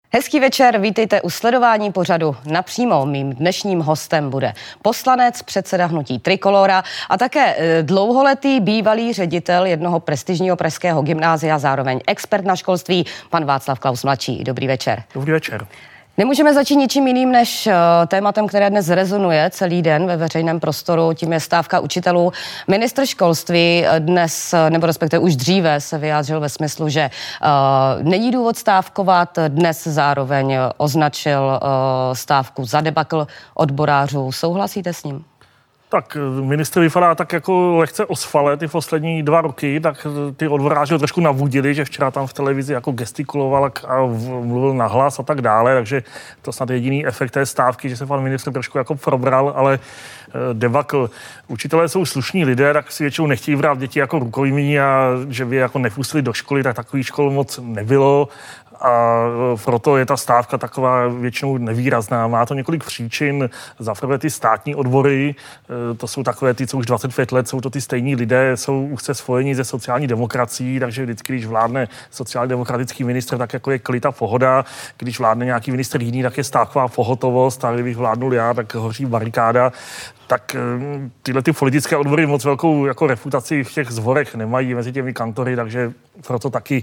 Hezký večer, vítejte u sledování pořadu Napřímo. Mým dnešním hostem bude poslanec, předseda hnutí Trikolóra a také dlouholetý bývalý ředitel jednoho prestižního pražského gymnázia, zároveň expert na školství, pan Václav Klaus mladší. Dobrý večer. Dobrý večer. Nemůžeme začít ničím jiným než tématem, které dnes rezonuje celý den ve veřejném prostoru, tím je stávka učitelů. Ministr školství dnes, nebo respektive už dříve se vyjádřil ve smyslu, že není důvod stávkovat, dnes zároveň označil stávku za debakl odborářů. Souhlasíte s ním? Tak ministr vypadá tak jako lehce osfale ty poslední 2 roky, tak ty odboráři ho trošku navudili, že včera tam v televizi jako gestikuloval a mluvil nahlas a tak dále, takže to snad je jediný efekt té stávky, že se pan ministr trošku jako probral, ale debakl. Učitelé jsou slušní lidé, tak si většinou nechtějí brát děti jako rukojmí a že by jako nepustili do školy, tak takových škol moc nebylo. A proto je ta stávka taková většinou nevýrazná. Má to několik příčin. Za prvé ty státní odbory, to jsou takové ty, co už 25 let, jsou to ty stejní lidé, jsou úzce spojení se sociální demokracií, takže vždycky, když vládne sociálně demokratický ministr, tak jako je klid a pohoda. Když vládne nějaký ministr jiný, tak je stávková pohotovost, a kdybych vládnul já, tak hoří barikáda. Tak tyhle ty politické odbory moc velkou jako reputaci v těch zborech nemají mezi těmi kantory, takže proto taky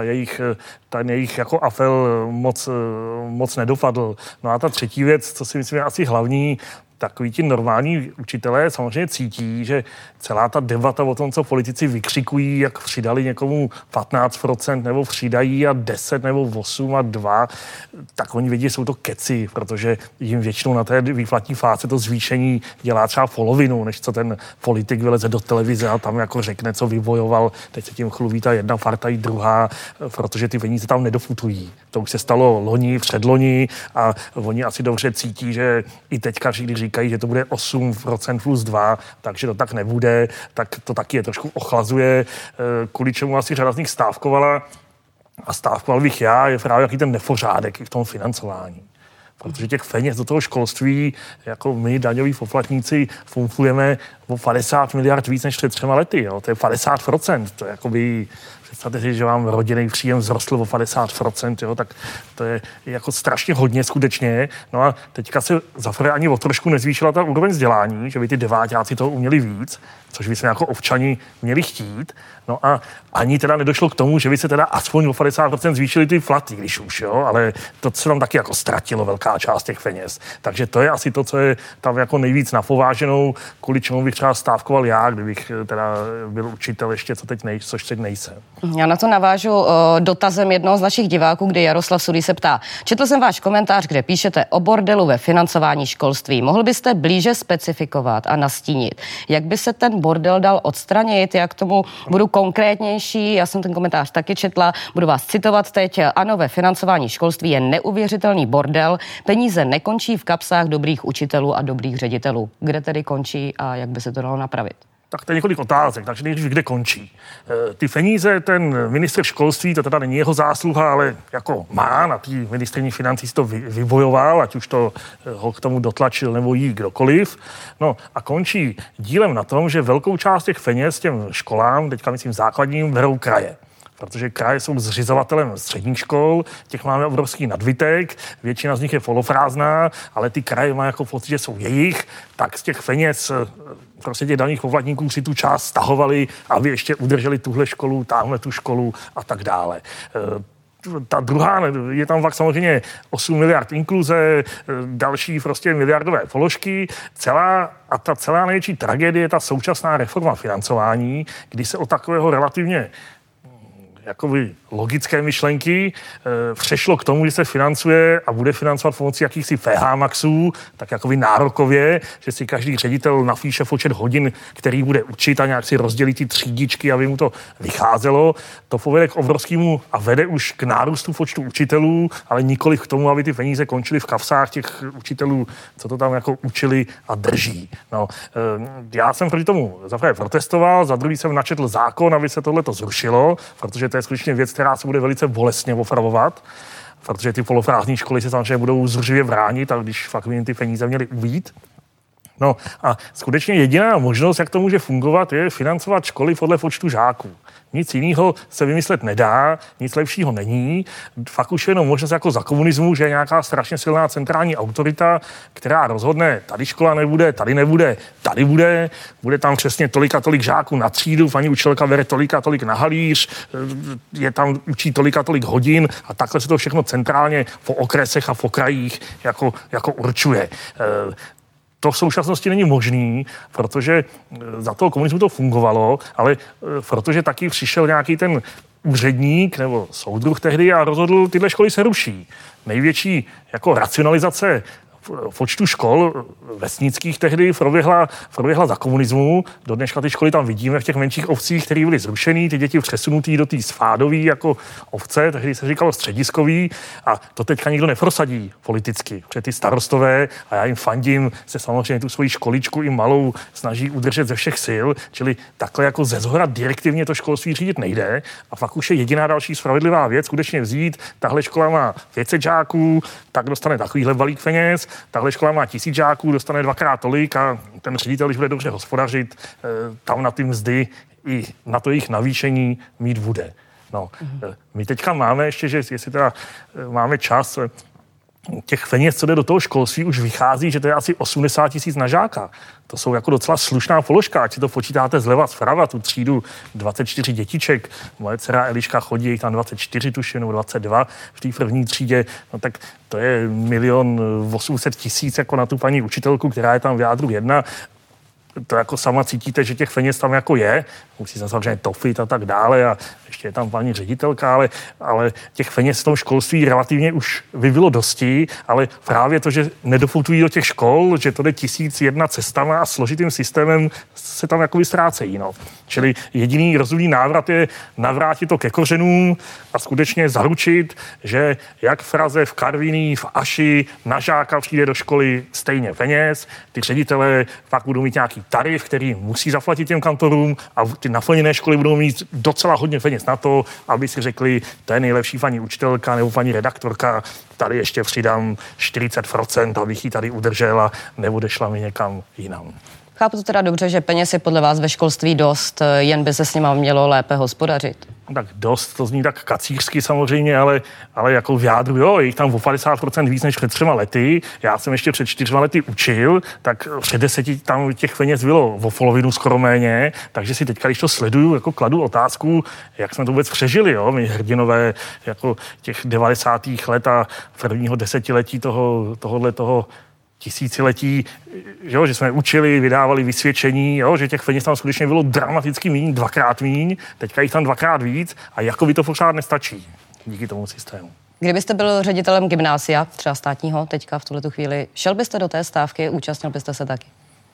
ta jejich jako apel moc nedopadl. No a ta třetí věc, co si myslím je asi hlavní, takový ti normální učitelé samozřejmě cítí, že celá ta debata o tom, co politici vykřikují, jak přidali někomu 15% nebo přidají a 10 nebo 8 a 2, tak oni vědí, že jsou to keci, protože jim většinou na té výplatní fáze to zvýšení dělá třeba polovinu, než co ten politik vyleze do televize a tam jako řekne, co vybojoval. Teď se tím chlubí ta jedna parta i druhá, protože ty peníze tam nedofutují. To už se stalo loni, předloni a oni asi dobře cítí, že i teďka, když říkají, že to bude 8% plus 2, takže to tak nebude, tak to taky je trošku ochlazuje, kvůli čemu asi řada z nich stávkovala a stávkoval bych já, je právě jaký ten nepořádek i v tom financování. Protože těch peněz do toho školství, jako my daňoví poplatníci, fungujeme o 50 miliard víc než před 3 lety. Jo. To je 50%. To je jakoby, představte si, že vám rodinný příjem vzrostl o 50%, jo, tak to je jako strašně hodně skutečně. No a teďka se zafra ani o trošku nezvýšila ta úroveň vzdělání, že by ty deváťáci toho uměli víc, což by jsme jako občani měli chtít. No a ani teda nedošlo k tomu, že by se teda aspoň o 50% zvýšily ty platy, když už, jo, ale to se tam taky jako ztratilo velká část těch peněz. Takže to je asi to, co je tam jako nejvíc napováženou, kvůli čemu bych třeba stávkoval já, kdybych teda byl učitel ještě, což teď nejsem. Já na to navážu dotazem jednoho z našich diváků, kdy Jaroslav Sudý se ptá. Četl jsem váš komentář, kde píšete o bordelu ve financování školství. Mohl byste blíže specifikovat a nastínit, jak by se ten bordel dal odstranit, jak tomu budu konkrétnější. Já jsem ten komentář taky četla, budu vás citovat teď. Ano, ve financování školství je neuvěřitelný bordel. Peníze nekončí v kapsách dobrých učitelů a dobrých ředitelů. Kde tedy končí a jak by se to dalo napravit? Tak to je několik otázek, takže nejdřív kde končí. Ty peníze, ten ministr školství, to teda není jeho zásluha, ale jako má, na té ministryni financí si to vybojoval, ať už to ho k tomu dotlačil nebo jí kdokoliv. No a končí dílem na tom, že velkou část těch peněz těm školám, teďka myslím základním, berou kraje. Protože kraje jsou zřizovatelem středních škol, těch máme obrovský nadbytek, většina z nich je poloprázdná, ale ty kraje mají jako pocit, že jsou jejich, tak z těch peněz prostě těch daných poplatníků si tu část stahovali, aby ještě udrželi tuhle školu, tamhle tu školu a tak dále. Ta druhá, je tam fakt samozřejmě 8 miliard inkluze, další prostě miliardové položky. Ta celá největší tragédie je ta současná reforma financování, kdy se o takového relativně jakoby logické myšlenky přešlo k tomu, že se financuje a bude financovat pomocí jakýchsi PH maxů, tak jakoby nárokově, že si každý ředitel napíše počet hodin, který bude učit a nějak si rozdělí ty třídičky, aby mu to vycházelo. To povede k obrovskému a vede už k nárůstu počtu učitelů, ale nikoli k tomu, aby ty peníze končily v kapsách těch učitelů, co to tam jako učili a drží. No, já jsem proti tomu za prvé protestoval, za druhý jsem načetl zákon, aby se tohleto zrušilo, protože to je skutečně věc, která se bude velice bolestně opravovat, protože ty poloprázdné školy se samozřejmě budou zuřivě bránit, a když fakt by jim ty peníze měly ujít. No a skutečně jediná možnost, jak to může fungovat, je financovat školy podle počtu žáků. Nic jiného se vymyslet nedá, nic lepšího není. Fakt už je jenom možnost jako za komunismu, že je nějaká strašně silná centrální autorita, která rozhodne, tady škola nebude, tady bude tam přesně tolik a tolik žáků na třídu, paní učitelka bere tolik a tolik na halíř, je tam učí tolik a tolik hodin a takhle se to všechno centrálně po okresech a po krajích jako určuje. To v současnosti není možný, protože za toho komunismu to fungovalo, ale protože taky přišel nějaký ten úředník nebo soudruh tehdy a rozhodl, tyhle školy se ruší. Největší jako racionalizace počtu škol vesnických tehdy proběhla za komunismu. Do dneška ty školy tam vidíme v těch menších obcích, které byly zrušený, ty děti přesunutý do té spádový jako ovce, tehdy se říkalo střediskový a to teďka nikdo neprosadí politicky, protože ty starostové, a já jim fandím, se samozřejmě tu svoji školičku i malou snaží udržet ze všech sil, čili takhle jako ze zhora direktivně to školství řídit nejde a fakt už je jediná další spravedlivá věc, skutečně vzít, tahle škola má 500 žáků, tak dostane takovýhle balík peněz, tahle škola má 1000 žáků, dostane 2x tolik a ten ředitel, když bude dobře hospodařit, tam na ty mzdy i na to jejich navýšení mít bude. No, my teďka máme ještě, že jestli teda máme čas, těch peněz, co jde do toho školství, už vychází, že to je asi 80 000 na žáka. To jsou jako docela slušná položka, ať si to počítáte zleva zprava, tu třídu 24 dětiček. Moje dcera Eliška chodí, jich tam 24 tuším, nebo 22 v té první třídě, no tak to je 1 800 000 jako na tu paní učitelku, která je tam v jádru 1. To jako sama cítíte, že těch peněz tam jako je, musí se samozřejmě tofit a tak dále a ještě je tam paní ředitelka, ale těch peněz v tom školství relativně už by bylo dosti, ale právě to, že nedofutují do těch škol, že to jde 1001 cestama a složitým systémem se tam jako ztrácejí. No. Čili jediný rozumný návrat je navrátit to ke kořenům a skutečně zaručit, že jak v Praze, v Karviní, v Aši na žáka přijde do školy stejně peněz, ty ředitelé pak budou mít nějaký tarif, který musí zaplatit těm kantorům a ty naplněné školy budou mít docela hodně peněz na to, aby si řekli, to je nejlepší paní učitelka nebo paní redaktorka, tady ještě přidám 40%, abych ji tady udržela, neodešla mi někam jinam. Chápu to teda dobře, že peněz je podle vás ve školství dost, jen by se s nima mělo lépe hospodařit. Tak dost, to zní tak kacířsky samozřejmě, ale jako v jádru, jo, je jich tam o 50% víc než před 3 lety. Já jsem ještě před 4 lety učil, tak před 10 tam těch peněz bylo o polovinu skoro méně, takže si teďka, když to sleduju, jako kladu otázku, jak jsme to vůbec přežili, jo, my hrdinové jako těch 90. let a prvního desetiletí toho tisíciletí, že jsme učili, vydávali vysvědčení, jo, že těch peněz tam skutečně bylo dramaticky míň, 2x míň, teďka jich tam 2x víc a jako by to pořád nestačí díky tomu systému. Kdybyste byl ředitelem gymnázia, třeba státního, teďka v tuhletu chvíli, šel byste do té stávky, účastnil byste se taky?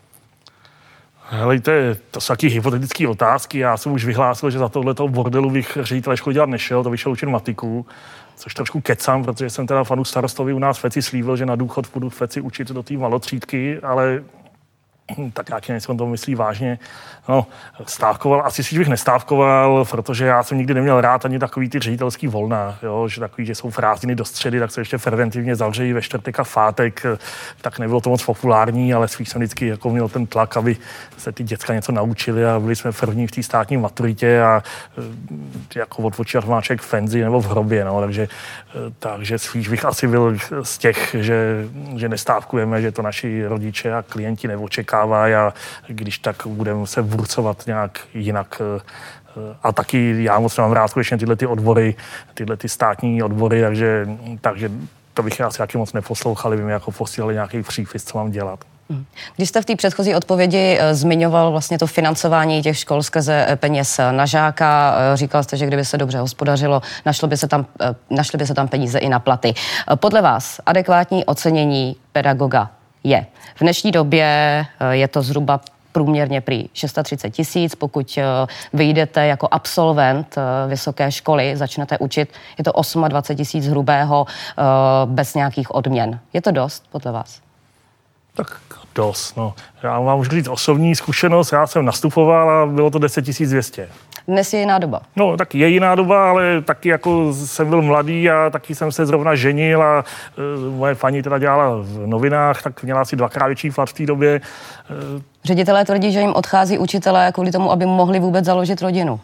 Helejte, to jsou taky hypotetické otázky. Já jsem už vyhlásil, že za tohleto bordelu bych ředitele školy dělat nešel, to vyšel učit matiku, což trošku kecám, protože jsem teda panu starostovi u nás v Feci slíbil, že na důchod půjdu v Feci učit do té malotřídky, ale tak já nejsem, on to myslí vážně. No, stávkoval, asi si bych nestávkoval, protože já jsem nikdy neměl rád ani takový ty ředitelský volna, jo, že takový, že jsou prázdniny do středy, tak se ještě preventivně zavřejí ve čtvrtek a v pátek, tak nebylo to moc populární, ale spíš jsem vždycky jako měl ten tlak, aby se ty děcka něco naučili a byli jsme první v té státní maturitě a jako odpočívat má člověk v penzi nebo v hrobě, no, takže spíš bych asi byl z těch, že nestávkujeme, že to naši rodiče a klienti neočekávají a když tak budeme se burcovat nějak jinak. A taky já moc mám rád skutečně tyhle ty odbory, tyhle ty státní odbory, takže to bych asi taky moc neposlouchal, kdyby mi jako posílali nějaký přípis, co mám dělat. Když jste v té předchozí odpovědi zmiňoval vlastně to financování těch škol skrze peněz na žáka, říkal jste, že kdyby se dobře hospodařilo, našly by se tam peníze i na platy. Podle vás adekvátní ocenění pedagoga je? V dnešní době je to zhruba průměrně prý 630 000, pokud vyjdete jako absolvent vysoké školy, začnete učit, je to 28 000 hrubého bez nějakých odměn. Je to dost podle vás? Tak dost, no. Já vám můžu říct osobní zkušenost, já jsem nastupoval a bylo to 10 200. Dnes je jiná doba. No, tak je jiná doba, ale taky jako jsem byl mladý a taky jsem se zrovna ženil a moje paní teda dělala v novinách, tak měla asi 2krát větší plat v té době. Ředitelé tvrdí, že jim odchází učitelé kvůli tomu, aby mohli vůbec založit rodinu.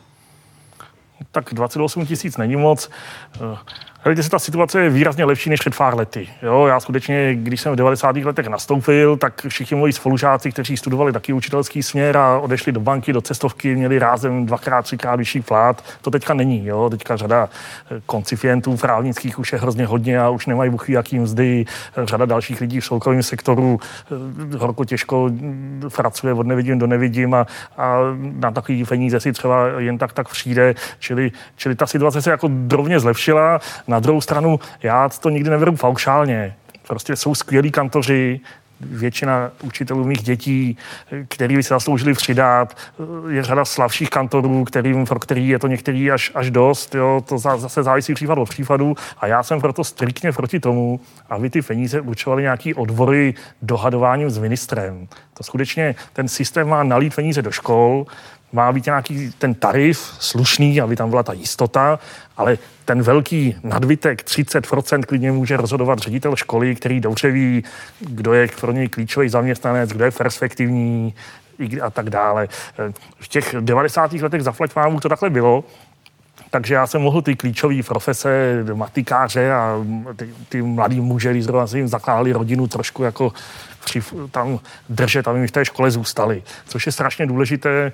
Tak 28 000 není moc. Hledajte se, ta situace je výrazně lepší než před pár lety. Jo, já skutečně, když jsem v 90. letech nastoupil, tak všichni moji spolužáci, kteří studovali taky učitelský směr a odešli do banky, do cestovky, měli rázem 2x, 3x vyšší plat. To teďka není. Jo. Teďka řada koncipientů právnických už je hrozně hodně a už nemají buchví jaký mzdy. Řada dalších lidí v soukromém sektoru horko těžko pracuje od nevidím do nevidím a na takový peníze si třeba jen tak přijde. Čili ta situace se jako drobně zlepšila. Na druhou stranu, já to nikdy neberu paušálně. Prostě jsou skvělí kantoři, většina učitelů mých dětí, který by se zasloužili přidat. Je řada slabších kantorů, pro který je to některý až dost. Jo. To zase závisí případ od případu. A já jsem proto striktně proti tomu, aby ty peníze určovaly nějaký odbory dohadováním s ministrem. To skutečně ten systém má nalít peníze do škol, má být nějaký ten tarif slušný, aby tam byla ta jistota, ale ten velký nadbytek 30% klidně může rozhodovat ředitel školy, který dobře ví, kdo je pro něj klíčový zaměstnanec, kdo je perspektivní a tak dále. V těch 90. letech zaplať pámu to takhle bylo, takže já jsem mohl ty klíčové profese, matikáře a ty mladý muže, když zrovna jim zakládali rodinu, trošku jako tam držet, aby mi v té škole zůstali. Což je strašně důležité,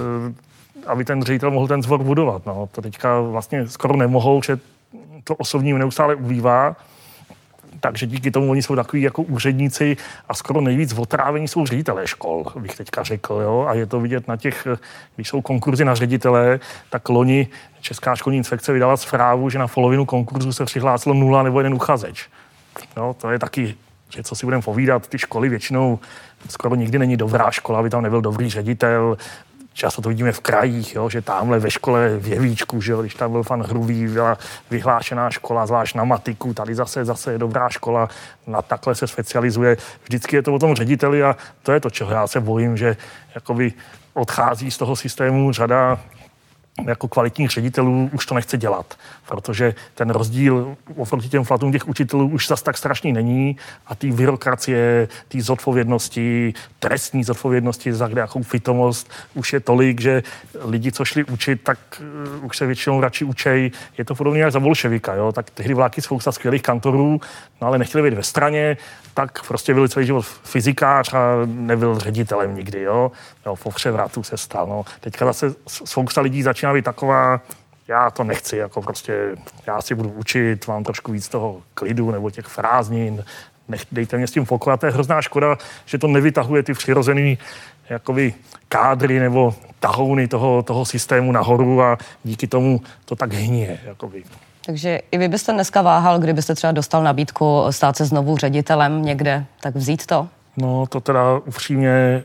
aby ten ředitel mohl ten sbor budovat. No. To teďka vlastně skoro nemohou, že to osobní neustále ubývá. Takže díky tomu oni jsou takový jako úředníci a skoro nejvíc otrávení jsou ředitelé škol, bych teďka řekl. Jo? A je to vidět na těch, když jsou konkurzy na ředitele, tak loni Česká školní inspekce vydala zprávu, že na polovinu konkurzu se přihlásilo 0 nebo 1 uchazeč. No, to je taky, že co si budeme povídat, ty školy většinou skoro nikdy není dobrá škola, aby tam nebyl dobrý ředitel. Často to vidíme v krajích, jo, že tamhle ve škole v Jevíčku, že jo, když tam byl pan Hrubý, byla vyhlášená škola, zvlášť na matiku, tady zase je dobrá škola, na takhle se specializuje. Vždycky je to o tom řediteli a to je to, čeho já se bojím, že jakoby odchází z toho systému řada jako kvalitních ředitelů už to nechce dělat, protože ten rozdíl oproti těm platům těch učitelů už zas tak strašný není a ty byrokracie, ty zodpovědnosti, trestní zodpovědnosti za nějakou pitomost už je tolik, že lidi, co šli učit, tak už se většinou radši učej. Je to podobně jak za bolševika, jo? Tak tehdy vláky spousta skvělých kantorů, no ale nechtěli být ve straně, tak prostě byl celý život fyzikář a nebyl ředitelem nikdy, jo? Po převratu se stal, no. Teďka zase spousta lidí začíná být taková, já to nechci, jako prostě, já si budu učit, mám trošku víc toho klidu nebo těch fráznin, dejte mě s tím pokoj. A to je hrozná škoda, že to nevytahuje ty přirozený jakoby kádry nebo tahouny toho systému nahoru a díky tomu to tak hníje, jakoby. Takže i vy byste dneska váhal, kdybyste třeba dostal nabídku stát se znovu ředitelem někde, tak vzít to? No to teda upřímně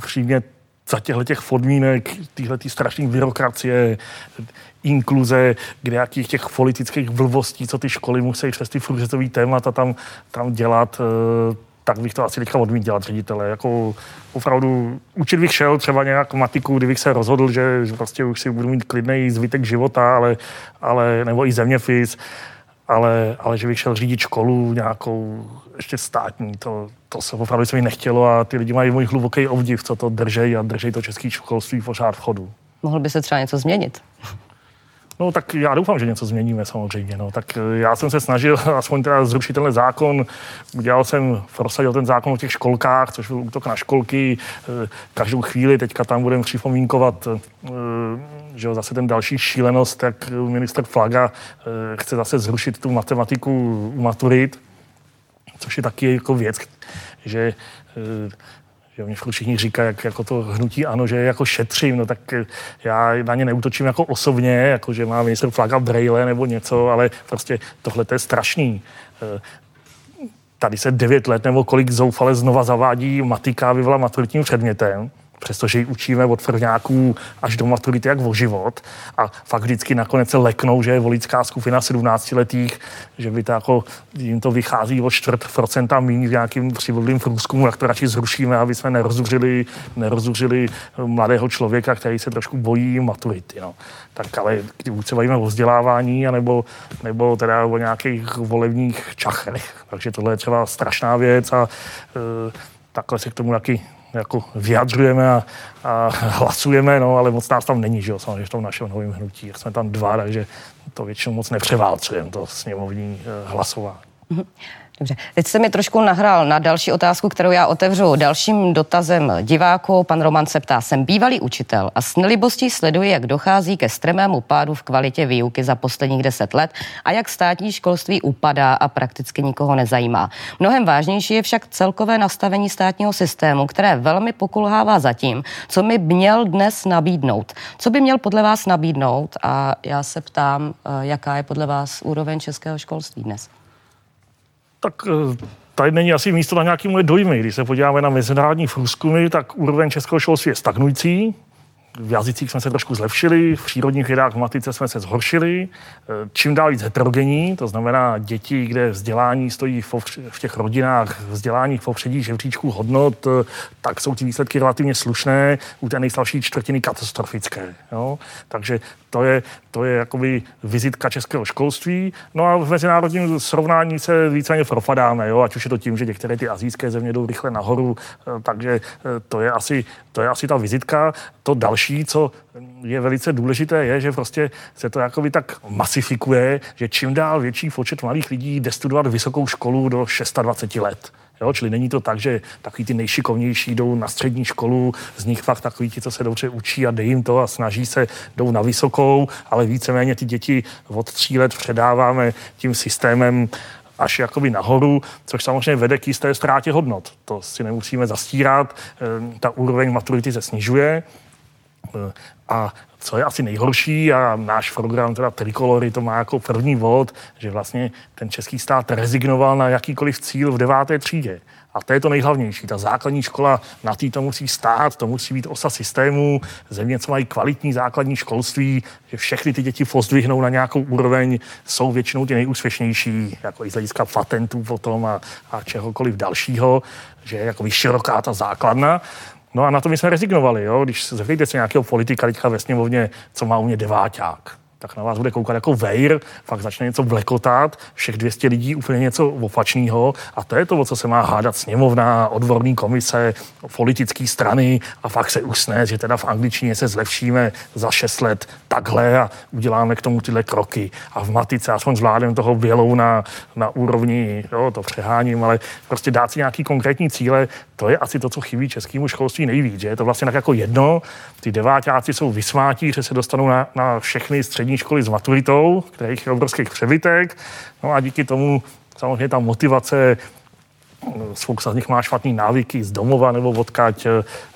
za těch podmínek, tyhletý strašný byrokracie, inkluze, kde jakých těch politických blbostí, co ty školy musí přes ty průřezový témata tam dělat, tak bych to asi teďka odmít dělat ředitele. Jako opravdu učit bych šel třeba nějak matiku, kdybych se rozhodl, že prostě už si budu mít klidnej zbytek života, ale nebo i zeměpis, ale že bych šel řídit školu nějakou ještě státní, to se opravdu se mi nechtělo a ty lidi mají můj hluboký obdiv, co to držej a držej to české školství pořád v chodu. Mohl by se třeba něco změnit? No tak já doufám, že něco změníme samozřejmě. No. Tak já jsem se snažil aspoň teda zrušit tenhle zákon. Prosadil ten zákon o těch školkách, což byl útok na školky. Každou chvíli teďka tam budeme připomínkovat, že zase ten další šílenost, jak ministr Plaga chce zase zrušit tu matematiku u maturit, což je taky jako věc, že mě všichni říkají, jak jako to hnutí ANO, že jako šetřím, no tak já na ně neútočím jako osobně, jako že má ministr Plaga brejle nebo něco, ale prostě tohle to je strašný. Tady se 9 let nebo kolik zoufale znova zavádí matika, by byla maturitním předmětem. přestože ji učíme od prvňáků až do maturity jak o život a fakt vždycky nakonec se leknou, že je voličská skupina 17letých, že by to jako, jim to vychází o 4% míň v nějakým přivodlým průzkumu, tak to radši zrušíme, aby jsme nerozuřili mladého člověka, který se trošku bojí maturity. No. Tak ale když se bavíme o vzdělávání, nebo teda o nějakých volebních čachrech. Takže tohle je třeba strašná věc a takhle se k tomu taky jako vyjadřujeme a hlasujeme, no, ale moc nás tam není, že jo, samozřejmě v tom našem novém hnutí. Jsme tam 2, takže to většinou moc nepřeválcujeme, to sněmovní hlasování. Dobře, teď jste mi trošku nahrál na další otázku, kterou já otevřu dalším dotazem diváků. Pan Roman se ptá, jsem bývalý učitel a s nelibostí sleduji, jak dochází ke strmému pádu v kvalitě výuky za posledních 10 let a jak státní školství upadá a prakticky nikoho nezajímá. Mnohem vážnější je však celkové nastavení státního systému, které velmi pokulhává za tím, co mi měl dnes nabídnout. Co by měl podle vás nabídnout? A já se ptám, jaká je podle vás úroveň českého školství dnes? Tak tady není asi místo na nějaké moje dojmy. Když se podíváme na mezinárodní průzkumy, tak úroveň českého školství je stagnující. V jazycích jsme se trošku zlepšili, v přírodních vědách, v matice jsme se zhoršili. Čím dál víc heterogenní, to znamená děti, kde vzdělání stojí v těch rodinách, vzdělání v popředí žebříčku hodnot, tak jsou ty výsledky relativně slušné, u té nejslabší čtvrtiny katastrofické. Jo? Takže to je jakoby vizitka českého školství. No a v mezinárodním srovnání se víceméně propadáme, jo? Ať už je to tím, že některé ty asijské země jdou rychle nahoru, takže to je asi ta vizitka. To další, co je velice důležité, je, že prostě se to jakoby tak masifikuje, že čím dál větší počet mladých lidí jde studovat vysokou školu do 26 let. Jo, čili není to tak, že takový ty nejšikovnější jdou na střední školu, z nich fakt takový ti, co se dobře učí a dej jim to a snaží se, jdou na vysokou, ale víceméně ty děti od 3 let předáváme tím systémem až jakoby nahoru, což samozřejmě vede k jisté ztrátě hodnot. To si nemusíme zastírat, ta úroveň maturity se snižuje a co je asi nejhorší, a náš program teda Trikolory to má jako první bod, že vlastně ten český stát rezignoval na jakýkoliv cíl v 9. třídě. A to je to nejhlavnější. Ta základní škola, na té to musí stát, to musí být osa systému. Země, co mají kvalitní základní školství, že všechny ty děti pozdvihnou na nějakou úroveň, jsou většinou ty nejúspěšnější, jako i z hlediska patentů potom a čehokoliv dalšího, že je jako široká ta základna. No a na to my jsme rezignovali, jo? Když zeptejte se nějakého politika teďka ve sněmovně, co má u mě deváťák, tak na vás bude koukat jako vejr, fakt začne něco blekotat, všech 200 lidí úplně něco opačného a to je to, o co se má hádat sněmovna, odborný komise, politické strany a fakt se usne, že teda v angličtině se zlepšíme za 6 let takhle a uděláme k tomu tyhle kroky. A v matice aspoň zvládneme toho bělouna na úrovni, jo, to přeháním, ale prostě dát si nějaký konkrétní cíle, to je asi to, co chybí českému školství nejvíc, že je to vlastně tak jako jedno, ty deváťáci jsou vysmátí, že se dostanou na všechny střední školy s maturitou, kterých je obrovský přebytek, no a díky tomu samozřejmě ta motivace, spousta z nich má špatný návyky z domova nebo odkud,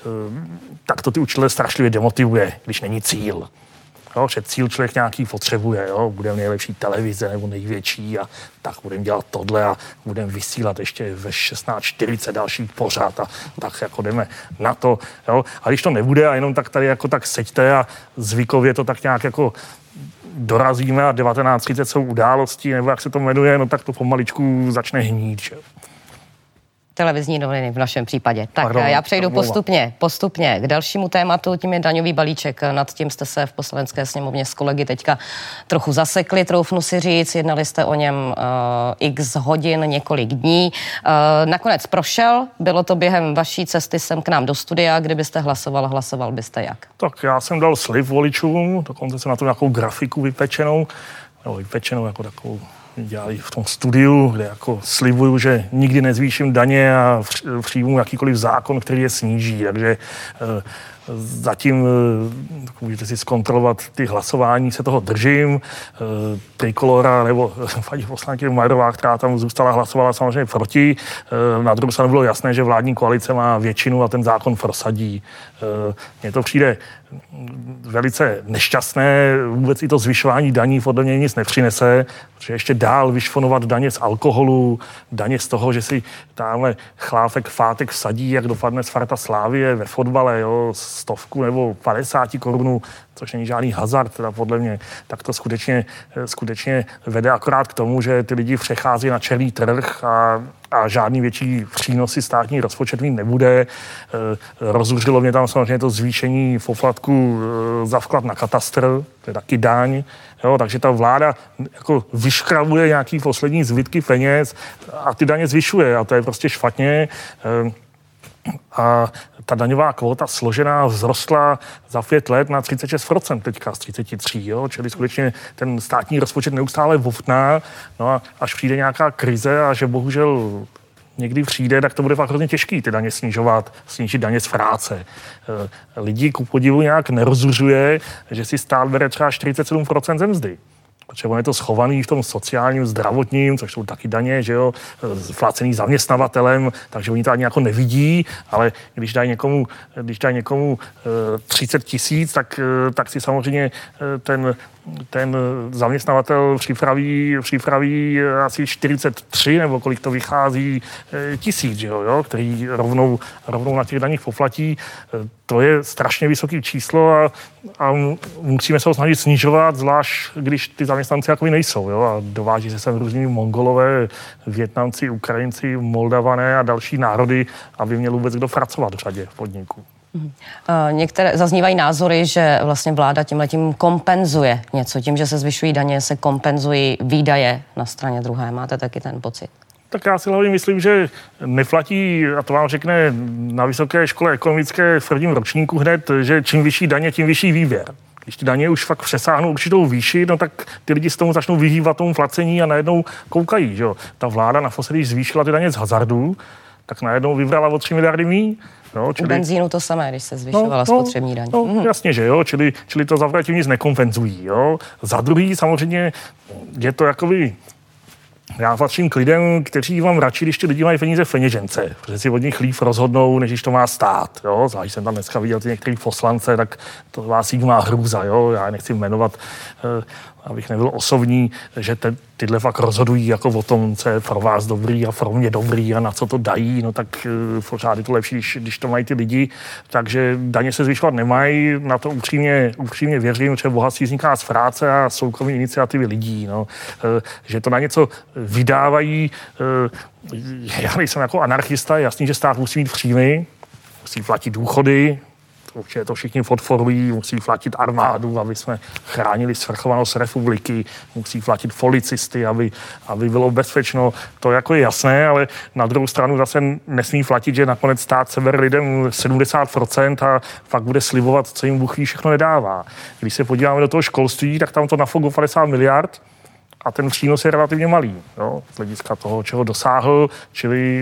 tak to ty učitele strašlivě demotivuje, když není cíl. Jo, že cíl člověk nějaký potřebuje, jo, budeme nejlepší televize nebo největší a tak budeme dělat tohle a budeme vysílat ještě ve 16:40 další pořad a tak jako jdeme na to, jo. A když to nebude a jenom tak tady jako tak seďte a zvykově to tak nějak jako dorazíme a 19:30 jsou události, nebo jak se to jmenuje, no tak to pomaličku začne hnít, že? Televizní noviny v našem případě. Tak já přejdu postupně k dalšímu tématu, tím je daňový balíček. Nad tím jste se v Poslanecké sněmovně s kolegy teďka trochu zasekli, troufnu si říct, jednali jste o něm x hodin, několik dní. Nakonec prošel, bylo to během vaší cesty sem k nám do studia, kdybyste hlasoval byste jak? Tak já jsem dal slib voličům, dokonce jsem na to nějakou grafiku vypečenou jako takovou dělali v tom studiu, kde jako slibuju, že nikdy nezvýším daně a přijmu jakýkoliv zákon, který je sníží. Takže zatím můžete si zkontrolovat ty hlasování, se toho držím. Trikolora nebo paní poslankyně Majerová, která tam zůstala, hlasovala samozřejmě proti. Na druhou stranu bylo jasné, že vládní koalice má většinu a ten zákon prosadí. Mně to přijde velice nešťastné, vůbec i to zvyšování daní podle mě nic nepřinese, protože ještě dál vyšfonovat daně z alkoholu, daně z toho, že si tamhle chláfek Fátek vsadí, jak dopadne Sparta Slávie ve fotbale, jo, 100 nebo 50 korun, což není žádný hazard, teda podle mě, tak to skutečně vede akorát k tomu, že ty lidi přechází na černý trh a žádný větší přínosy státní rozpočet mít nebude. Rozrušilo mě tam samozřejmě to zvýšení poplatku za vklad na katastr, to je taky daň. Jo, takže ta vláda jako vyškrabuje nějaký poslední zbytky peněz a ty daně zvyšuje a to je prostě špatně. A ta daňová kvóta složená vzrostla za 5 let na 36%, teďka z 33, jo? Čili skutečně ten státní rozpočet neustále bobtná, no a až přijde nějaká krize a že bohužel někdy přijde, tak to bude fakt hrozně těžký ty daně snížit daně z práce. Lidi ku podivu nějak nerozružuje, že si stát bere třeba 47% ze mzdy. Protože on je to schovaný v tom sociálním, zdravotním, což jsou taky daně, že jo, placený zaměstnavatelem, takže oni to ani jako nevidí, ale když dají někomu 30 000, tak si samozřejmě ten zaměstnavatel připraví asi 43, nebo kolik to vychází, 1000, jo, který rovnou na těch daních poplatí. To je strašně vysoké číslo a musíme se ho snažit snižovat, zvlášť když ty zaměstnanci jakoby nejsou. Jo, a dováží se sem různí Mongolové, Vietnamci, Ukrajinci, Moldavané a další národy, aby měl vůbec kdo pracovat v řadě podniků. Některé zaznívají názory, že vlastně vláda tímhletím kompenzuje něco. Tím, že se zvyšují daně, se kompenzují výdaje na straně druhé. Máte taky ten pocit? Tak já si hlavně myslím, že neplatí, a to vám řekne na Vysoké škole ekonomické v prvním ročníku hned, že čím vyšší daně, tím vyšší výběr. Když ty daně už fakt přesáhnou určitou výši, no tak ty lidi s tomu začnou vyhýbat tomu placení a najednou koukají, že jo. Ta vláda naposledy, když zvýšila ty daně z hazardu, tak najednou vybrala o 3 miliardy míň. No, u benzínu to samé, když se zvyšovala spotřební daň. Jasně, že jo, čili to za tím nic nekompenzují, jo. Za druhý samozřejmě je to jakoby, já patřím k lidem, kteří vám radši, když ty lidi mají peníze v peněžence, protože si od nich líp rozhodnou, než když to má stát, jo. Zvlášť jsem tam dneska viděl ty některý poslance, tak to vás jich má hrůza, jo. Já nechci jmenovat, abych nebyl osobní, že tyhle fakt rozhodují jako o tom, co je pro vás dobrý a pro mě dobrý a na co to dají, no tak pořád je to lepší, když to mají ty lidi. Takže daně se zvyšovat nemají, na to upřímně věřím, že bohatství vzniká z práce a soukromé iniciativy lidí, no. Že to na něco vydávají. Já nejsem jako anarchista, jasný, že stát musí mít příjmy, musí platit důchody, určitě to všichni podporují, musí platit armádu, aby jsme chránili svrchovanost republiky, musí platit policisty, aby bylo bezpečno. To jako je jasné, ale na druhou stranu zase nesmí platit, že nakonec stát sebere lidem 70% a pak bude slibovat, co jim Bůh ví všechno nedává. Když se podíváme do toho školství, tak tam to nafouklo 50 miliard a ten přínos je relativně malý, jo, z hlediska toho, čeho dosáhl, čili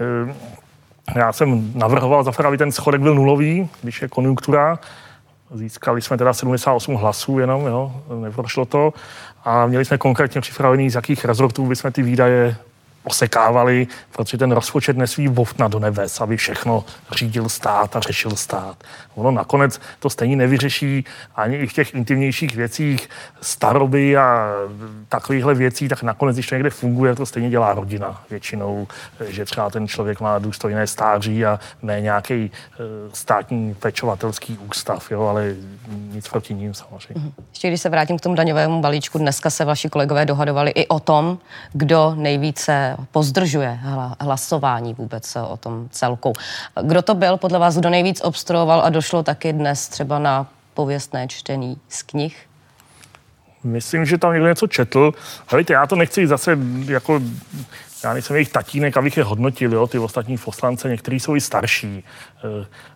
já jsem navrhoval zaprvé, aby ten schodek byl nulový, když je konjunktura. Získali jsme teda 78 hlasů jenom, jo, neprošlo to. A měli jsme konkrétně připravený, z jakých rezortů bychom ty výdaje osekávali, protože ten rozpočet nesmí bobtnat do nebes, aby všechno řídil stát a řešil stát. Ono nakonec to stejně nevyřeší ani i v těch intimnějších věcích staroby a takovýchhle věcí, tak nakonec, když to někde funguje, to stejně dělá rodina většinou, že třeba ten člověk má důstojné stáří a ne nějaký státní pečovatelský ústav, jo, ale nic proti ním samozřejmě. Ještě když se vrátím k tomu daňovému balíčku, dneska se vaši kolegové dohadovali i o tom, kdo nejvíce pozdržuje hlasování vůbec o tom celku. Kdo to byl podle vás, kdo nejvíc obstruoval a došlo taky dnes třeba na pověstné čtení z knih? Myslím, že tam někdo něco četl. Hejte, já to nechci zase jako, já nejsem jejich tatínek, abych je hodnotil, jo, ty ostatní poslance, někteří jsou i starší.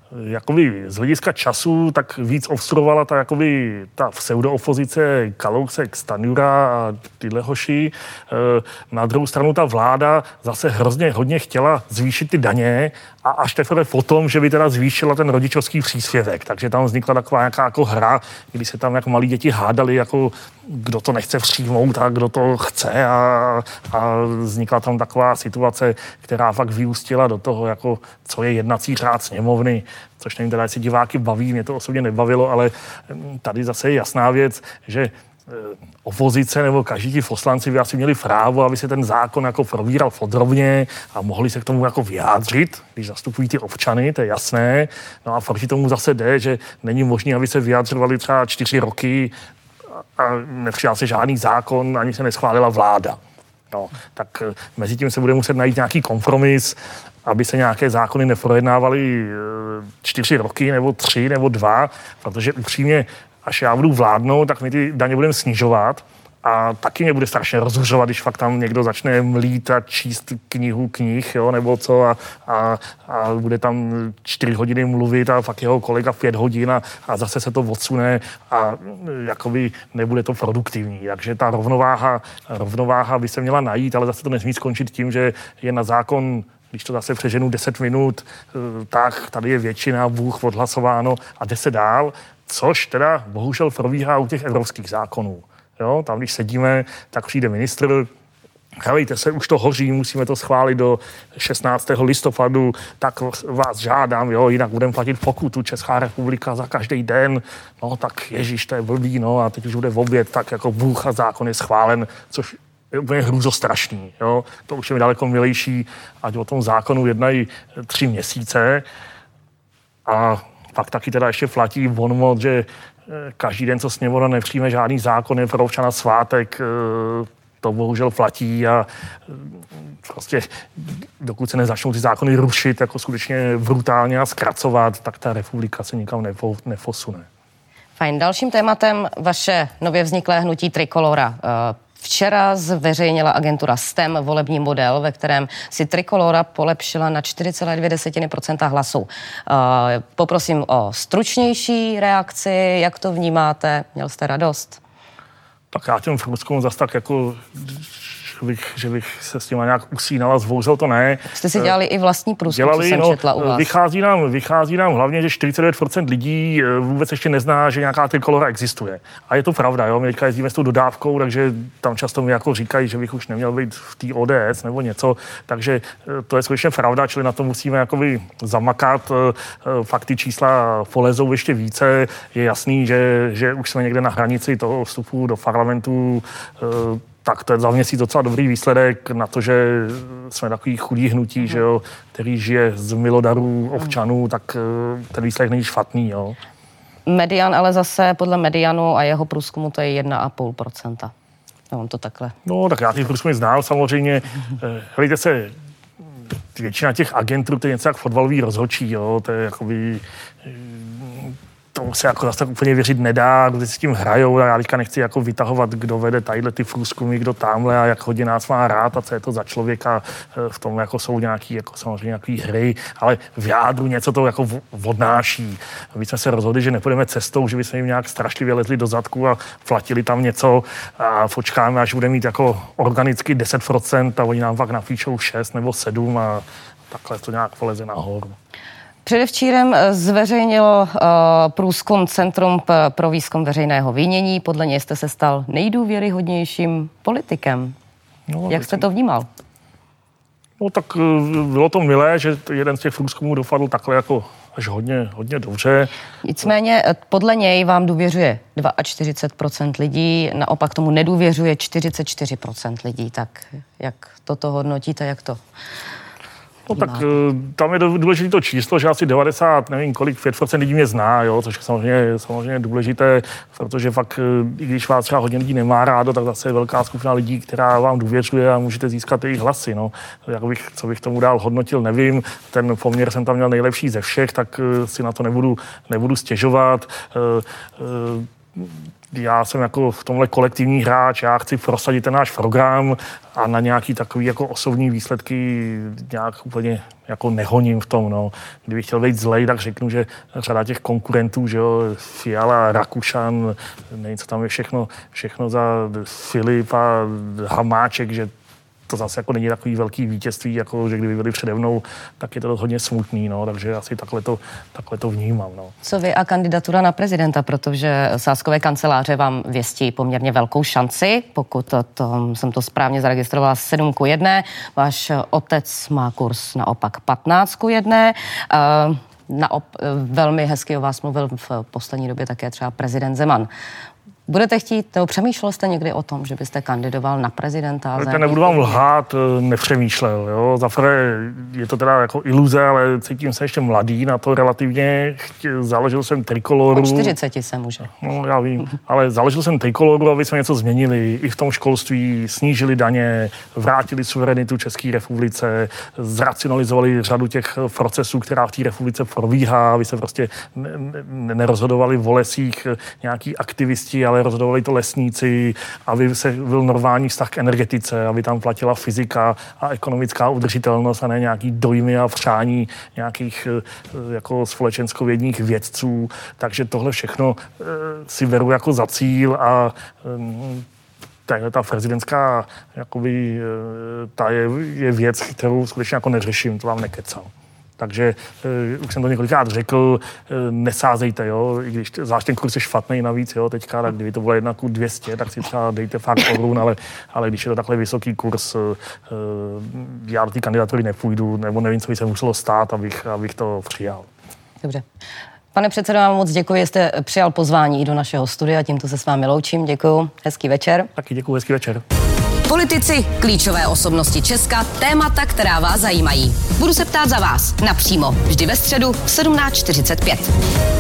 jakoby z hlediska času tak víc obstruovala ta pseudoopozice Kalousek, Stanjura a tyhle hoši. Na druhou stranu ta vláda zase hrozně hodně chtěla zvýšit ty daně a až teprve potom, že by teda zvýšila ten rodičovský příspěvek. Takže tam vznikla taková nějaká jako hra, kdy se tam jako malí děti hádali, jako kdo to nechce přijmout a kdo to chce a vznikla tam taková situace, která fakt vyústila do toho, jako co je jednací řád sněmovny, což nevím teda, jestli diváky baví, mě to osobně nebavilo, ale tady zase je jasná věc, že opozice nebo každý ti poslanci by asi měli právo, aby se ten zákon jako probíral podrobně a mohli se k tomu jako vyjádřit, když zastupují ty občany, to je jasné. No a proti tomu zase jde, že není možné, aby se vyjádřovali třeba 4 roky a nepřijal se žádný zákon, ani se neschválila vláda. No, tak mezi tím se bude muset najít nějaký kompromis, aby se nějaké zákony neprojednávaly 4 roky, nebo 3, nebo 2, protože upřímně, až já budu vládnout, tak my ty daně budeme snižovat a taky mě bude strašně rozhuřovat, když fakt tam někdo začne mlít a číst knih, jo, nebo co a bude tam 4 hodiny mluvit a fakt jeho kolega 5 hodin a zase se to odsune a jakoby nebude to produktivní. Takže ta rovnováha by se měla najít, ale zase to nesmí skončit tím, že je na zákon, když to zase přeženu 10 minut, tak tady je většina, Bůh odhlasováno a jde se dál, což teda bohužel probíhá u těch evropských zákonů. Jo, tam, když sedíme, tak přijde ministr, helejte se, už to hoří, musíme to schválit do 16. listopadu, tak vás žádám, jo, jinak budeme platit pokutu Česká republika za každý den, no tak ježiš, to je blbý, no a teď už bude v oběd, tak jako Bůh a zákon je schválen, což je úplně hrůzostrašný, jo, to už je mi daleko milejší, ať o tom zákonu jednají 3 měsíce a pak taky teda ještě platí bonmot, že každý den, co sněmovna nepřijme žádný zákon, je pro občana svátek, to bohužel platí a prostě dokud se nezačnou ty zákony rušit jako skutečně brutálně a zkracovat, tak ta republika se nikam neposune. Fajn. Dalším tématem vaše nově vzniklé hnutí Trikolora. Včera zveřejnila agentura STEM volební model, ve kterém si Trikolora polepšila na 4,2% hlasů. Poprosím o stručnější reakci, jak to vnímáte? Měl jste radost? Tak já těm průzkumům zase tak jako, že bych se s těma nějak usínal a zvouzel, to ne. Jste si dělali i vlastní průzkum, co jsem četla u vás. Vychází nám hlavně, že 49% lidí vůbec ještě nezná, že nějaká Trikolora existuje. A je to pravda, jo, my teďka jezdíme s tou dodávkou, takže tam často mi jako říkají, že bych už neměl být v té ODS nebo něco, takže to je skutečně pravda, čili na to musíme jakoby zamakat, fakt ty čísla polezou ještě více, je jasný, že už jsme někde na hranici toho vstupu do parlamentu, tak to je za měsíc docela dobrý výsledek na to, že jsme takový chudý hnutí, že jo, který žije z milodarů občanů, tak ten výsledek není špatný, jo. Median ale zase podle Medianu a jeho průzkumu to je 1,5%. On to takhle. No, tak já ty průzkumy znám samozřejmě. Hlejte se, většina těch agentů, to je něco jak fotbalový rozhodčí, jo, to je jakoby tomu se jako zase tak úplně věřit nedá, kdo si s tím hrajou a já teďka nechci jako vytahovat, kdo vede tadyhle ty průzkumy, kdo tamhle a jak hodně nás má rád a co je to za člověka, v tom jako jsou nějaký, jako samozřejmě nějaký hry, ale v jádru něco to jako odnáší. My jsme se rozhodli, že nepůjdeme cestou, že bychom jim nějak strašlivě lezli do zadku a platili tam něco a počkáme, až bude mít jako organicky 10% a oni nám pak napíšou 6 nebo 7 a takhle to nějak poleze nahoru. Předevčírem zveřejnilo průzkum Centrum pro výzkum veřejného mínění. Podle něj jste se stal nejdůvěryhodnějším politikem. No, jak jste to vnímal? No tak bylo to milé, že jeden z těch průzkumů dopadl takhle jako až hodně dobře. Nicméně podle něj vám důvěřuje 42% lidí, naopak tomu nedůvěřuje 44% lidí. Tak jak toto hodnotíte, jak to? No tak tam je důležité to číslo, že asi 90, nevím kolik, 5% lidí mě zná, jo, což je samozřejmě důležité, protože fakt, i když vás třeba hodně lidí nemá rádo, tak zase je velká skupina lidí, která vám důvěřuje a můžete získat jejich hlasy, no. Co bych tomu dál hodnotil, nevím. Ten poměr jsem tam měl nejlepší ze všech, tak si na to nebudu stěžovat. já jsem jako v tomhle kolektivní hráč, já chci prosadit ten náš program a na nějaký takový jako osobní výsledky nějak úplně jako nehoním v tom, no. Kdybych chtěl být zlej, tak řeknu, že řada těch konkurentů, že jo, Fiala, Rakušan, nevím, co tam je všechno za Filip a Hamáček, že to zase jako není takový velký vítězství, jako že kdyby byli přede mnou, tak je to hodně smutný, no, takže asi takhle to vnímám, no. Co vy a kandidatura na prezidenta, protože Sáskové kanceláře vám věstí poměrně velkou šanci, pokud jsem to správně zaregistrovala 7:1, váš otec má kurz naopak 15:1, velmi hezky o vás mluvil v poslední době také třeba prezident Zeman. Budete chtít, nebo přemýšlel jste někdy o tom, že byste kandidoval na prezidenta? Nebudu vám lhát, nepřemýšlel. Jo. Zaprvé je to teda jako iluze, ale cítím se ještě mladý na to relativně. Založil jsem Trikoloru. O 40 se může. No, já vím, ale založil jsem Trikoloru, aby jsme něco změnili. I v tom školství snížili daně, vrátili suverenitu České republice, zracionalizovali řadu těch procesů, která v té republice probíhá, aby se prostě nerozhodovali v lesích nějaký aktivisti, ale rozhodovali to lesníci, aby se byl normální vztah k energetice, aby tam platila fyzika a ekonomická udržitelnost a ne nějaký dojmy a přání nějakých jako společenskovědních vědců. Takže tohle všechno si beru jako za cíl a ta prezidentská jakoby, ta je věc, kterou skutečně jako neřeším, to vám nekecám. Takže už jsem to několikrát řekl, nesázejte, jo, i když zvlášť ten kurz je špatný navíc, jo, teďka, tak kdyby to bylo 1:200, tak si třeba dejte fakt korun, ale když je to takhle vysoký kurz, já do té kandidatury nepůjdu, nebo nevím, co by se muselo stát, abych to přijal. Dobře. Pane předsedo, vám moc děkuji, jste přijal pozvání i do našeho studia, tímto se s vámi loučím, děkuji, hezký večer. Taky děkuji, hezký večer. Politici, klíčové osobnosti Česka, témata, která vás zajímají. Budu se ptát za vás napřímo, vždy ve středu v 17:45.